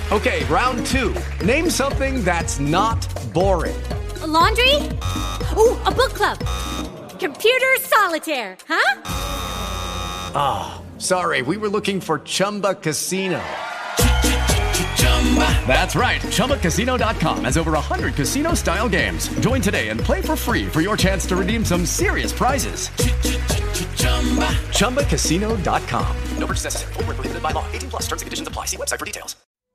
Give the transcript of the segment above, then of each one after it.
Okay, round two. Name something that's not boring. A laundry? Ooh, a book club. Computer solitaire, huh? Ah, sorry, we were looking for Chumba Casino. That's right, ChumbaCasino.com has over 100 casino-style games. Join today and play for free for your chance to redeem some serious prizes. ChumbaCasino.com. No purchase necessary. Void where prohibited by law. 18 plus. Terms and conditions apply. See website for details.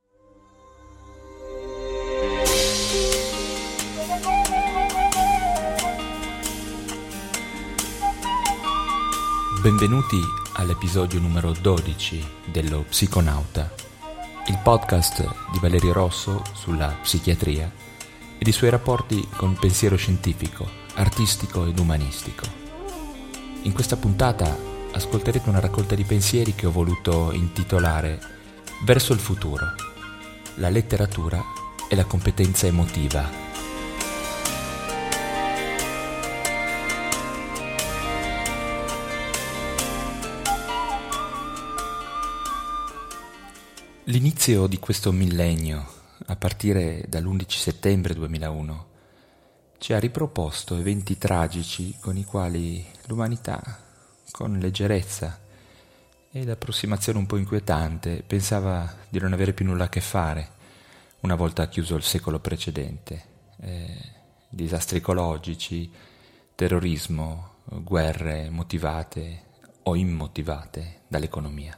Benvenuti all'episodio numero 12 dello Psiconauta, il podcast di Valerio Rosso sulla psichiatria ed i suoi rapporti con il pensiero scientifico, artistico ed umanistico. In questa puntata ascolterete una raccolta di pensieri che ho voluto intitolare Verso il futuro, la letteratura e la competenza emotiva. L'inizio di questo millennio, a partire dall'11 settembre 2001, ci ha riproposto eventi tragici con i quali l'umanità, con leggerezza ed approssimazione un po' inquietante, pensava di non avere più nulla a che fare una volta chiuso il secolo precedente. Disastri ecologici, terrorismo, guerre motivate o immotivate dall'economia.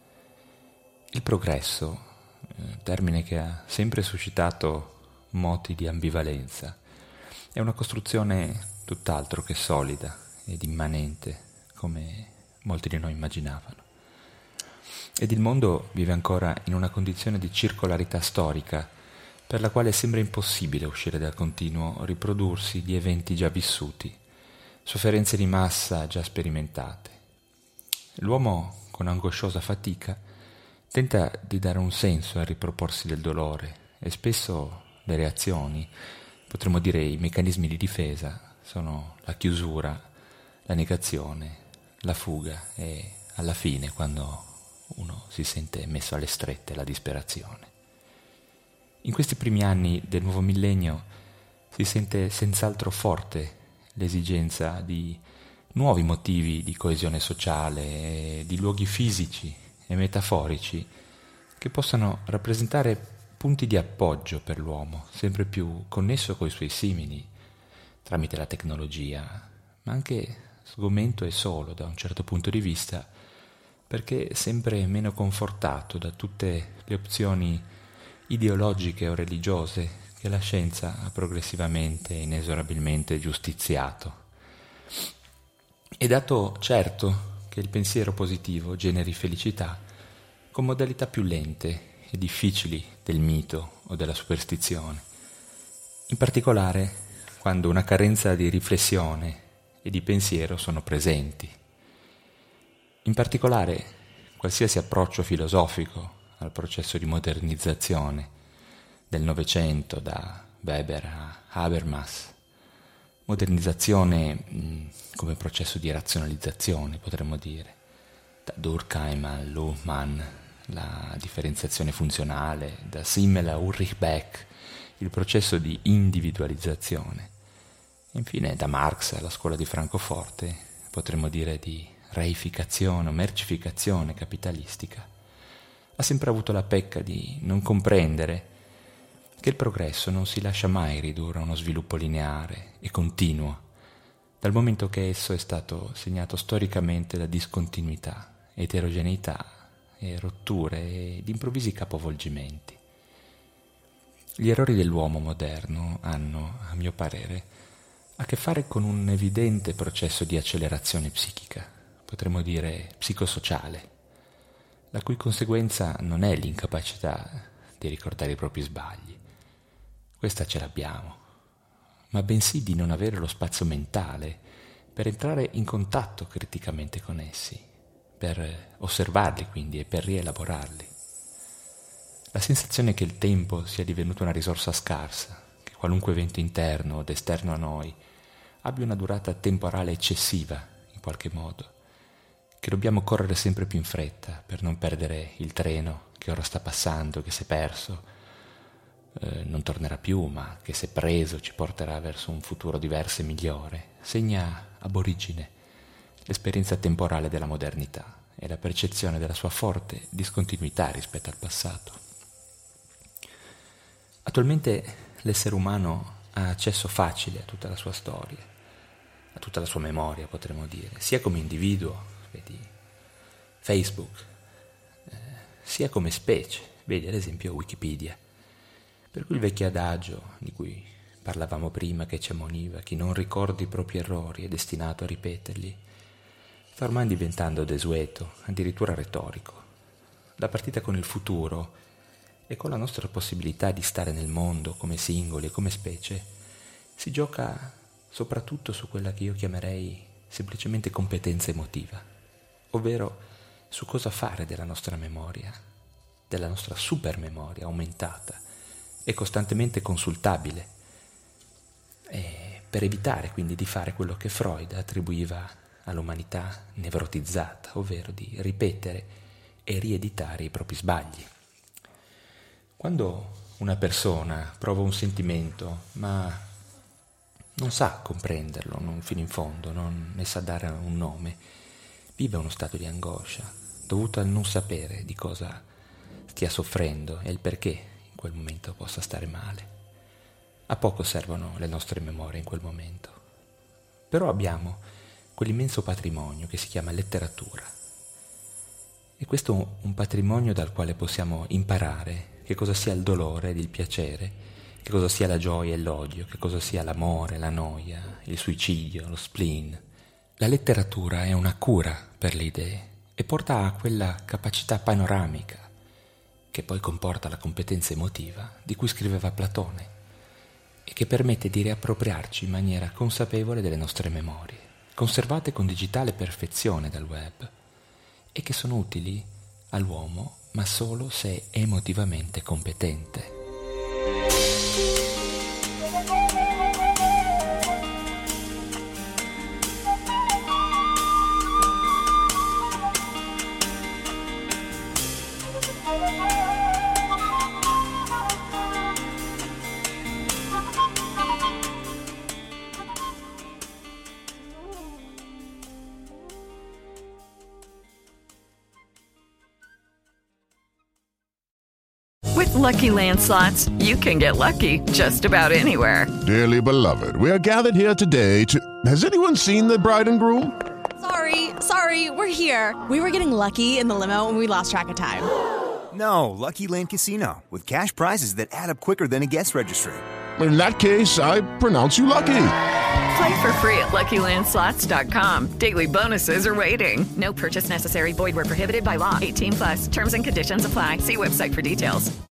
Il progresso, termine che ha sempre suscitato moti di ambivalenza, è una costruzione tutt'altro che solida ed immanente, come molti di noi immaginavano. Ed il mondo vive ancora in una condizione di circolarità storica, per la quale sembra impossibile uscire dal continuo riprodursi di eventi già vissuti, sofferenze di massa già sperimentate. L'uomo, con angosciosa fatica, tenta di dare un senso al riproporsi del dolore e spesso le reazioni, potremmo dire i meccanismi di difesa, sono la chiusura, la negazione, la fuga e alla fine, quando uno si sente messo alle strette, la disperazione. In questi primi anni del nuovo millennio si sente senz'altro forte l'esigenza di nuovi motivi di coesione sociale, di luoghi fisici e metaforici che possano rappresentare punti di appoggio per l'uomo, sempre più connesso coi suoi simili, tramite la tecnologia, ma anche sgomento e solo da un certo punto di vista, perché sempre meno confortato da tutte le opzioni ideologiche o religiose che la scienza ha progressivamente e inesorabilmente giustiziato. È dato certo che il pensiero positivo generi felicità con modalità più lente e difficili del mito o della superstizione, in particolare quando una carenza di riflessione e di pensiero sono presenti. In particolare, qualsiasi approccio filosofico al processo di modernizzazione del Novecento, da Weber a Habermas, modernizzazione come processo di razionalizzazione, potremmo dire, da Durkheim a Luhmann, la differenziazione funzionale, da Simmel a Ulrich Beck, il processo di individualizzazione, e infine da Marx alla scuola di Francoforte, potremmo dire di reificazione o mercificazione capitalistica, ha sempre avuto la pecca di non comprendere che il progresso non si lascia mai ridurre a uno sviluppo lineare e continuo, dal momento che esso è stato segnato storicamente da discontinuità, eterogeneità e rotture ed improvvisi capovolgimenti. Gli errori dell'uomo moderno hanno, a mio parere, a che fare con un evidente processo di accelerazione psichica, potremmo dire psicosociale, la cui conseguenza non è l'incapacità di ricordare i propri sbagli. Questa ce l'abbiamo, ma bensì di non avere lo spazio mentale per entrare in contatto criticamente con essi, per osservarli quindi e per rielaborarli. La sensazione che il tempo sia divenuto una risorsa scarsa, che qualunque evento interno o esterno a noi abbia una durata temporale eccessiva in qualche modo, che dobbiamo correre sempre più in fretta per non perdere il treno che ora sta passando, che se perso non tornerà più, ma che se preso ci porterà verso un futuro diverso e migliore, segna ab origine l'esperienza temporale della modernità e la percezione della sua forte discontinuità rispetto al passato. Attualmente l'essere umano ha accesso facile a tutta la sua storia, a tutta la sua memoria, potremmo dire, sia come individuo, vedi Facebook, sia come specie, vedi ad esempio Wikipedia. Per cui il vecchio adagio di cui parlavamo prima, che ci ammoniva, chi non ricorda i propri errori è destinato a ripeterli, sta ormai diventando desueto, addirittura retorico. La partita con il futuro e con la nostra possibilità di stare nel mondo come singoli e come specie si gioca soprattutto su quella che io chiamerei semplicemente competenza emotiva, ovvero su cosa fare della nostra memoria, della nostra supermemoria aumentata e costantemente consultabile, e per evitare quindi di fare quello che Freud attribuiva all'umanità nevrotizzata, ovvero di ripetere e rieditare i propri sbagli. Quando una persona prova un sentimento ma non sa comprenderlo fino in fondo, non ne sa dare un nome, vive uno stato di angoscia dovuto al non sapere di cosa stia soffrendo e il perché in quel momento possa stare male. A poco servono le nostre memorie in quel momento. Però abbiamo quell'immenso patrimonio che si chiama letteratura. E questo è un patrimonio dal quale possiamo imparare che cosa sia il dolore ed il piacere, che cosa sia la gioia e l'odio, che cosa sia l'amore, la noia, il suicidio, lo spleen. La letteratura è una cura per le idee e porta a quella capacità panoramica che poi comporta la competenza emotiva di cui scriveva Platone e che permette di riappropriarci in maniera consapevole delle nostre memorie, conservate con digitale perfezione dal web e che sono utili all'uomo ma solo se è emotivamente competente. With Lucky Land Slots, you can get lucky just about anywhere. Dearly beloved, we are gathered here today to... Has anyone seen the bride and groom? Sorry, we're here. We were getting lucky in the limo and we lost track of time. No, Lucky Land Casino, with cash prizes that add up quicker than a guest registry. In that case, I pronounce you lucky. Play for free at LuckyLandSlots.com. Daily bonuses are waiting. No purchase necessary. Void where prohibited by law. 18+. Terms and conditions apply. See website for details.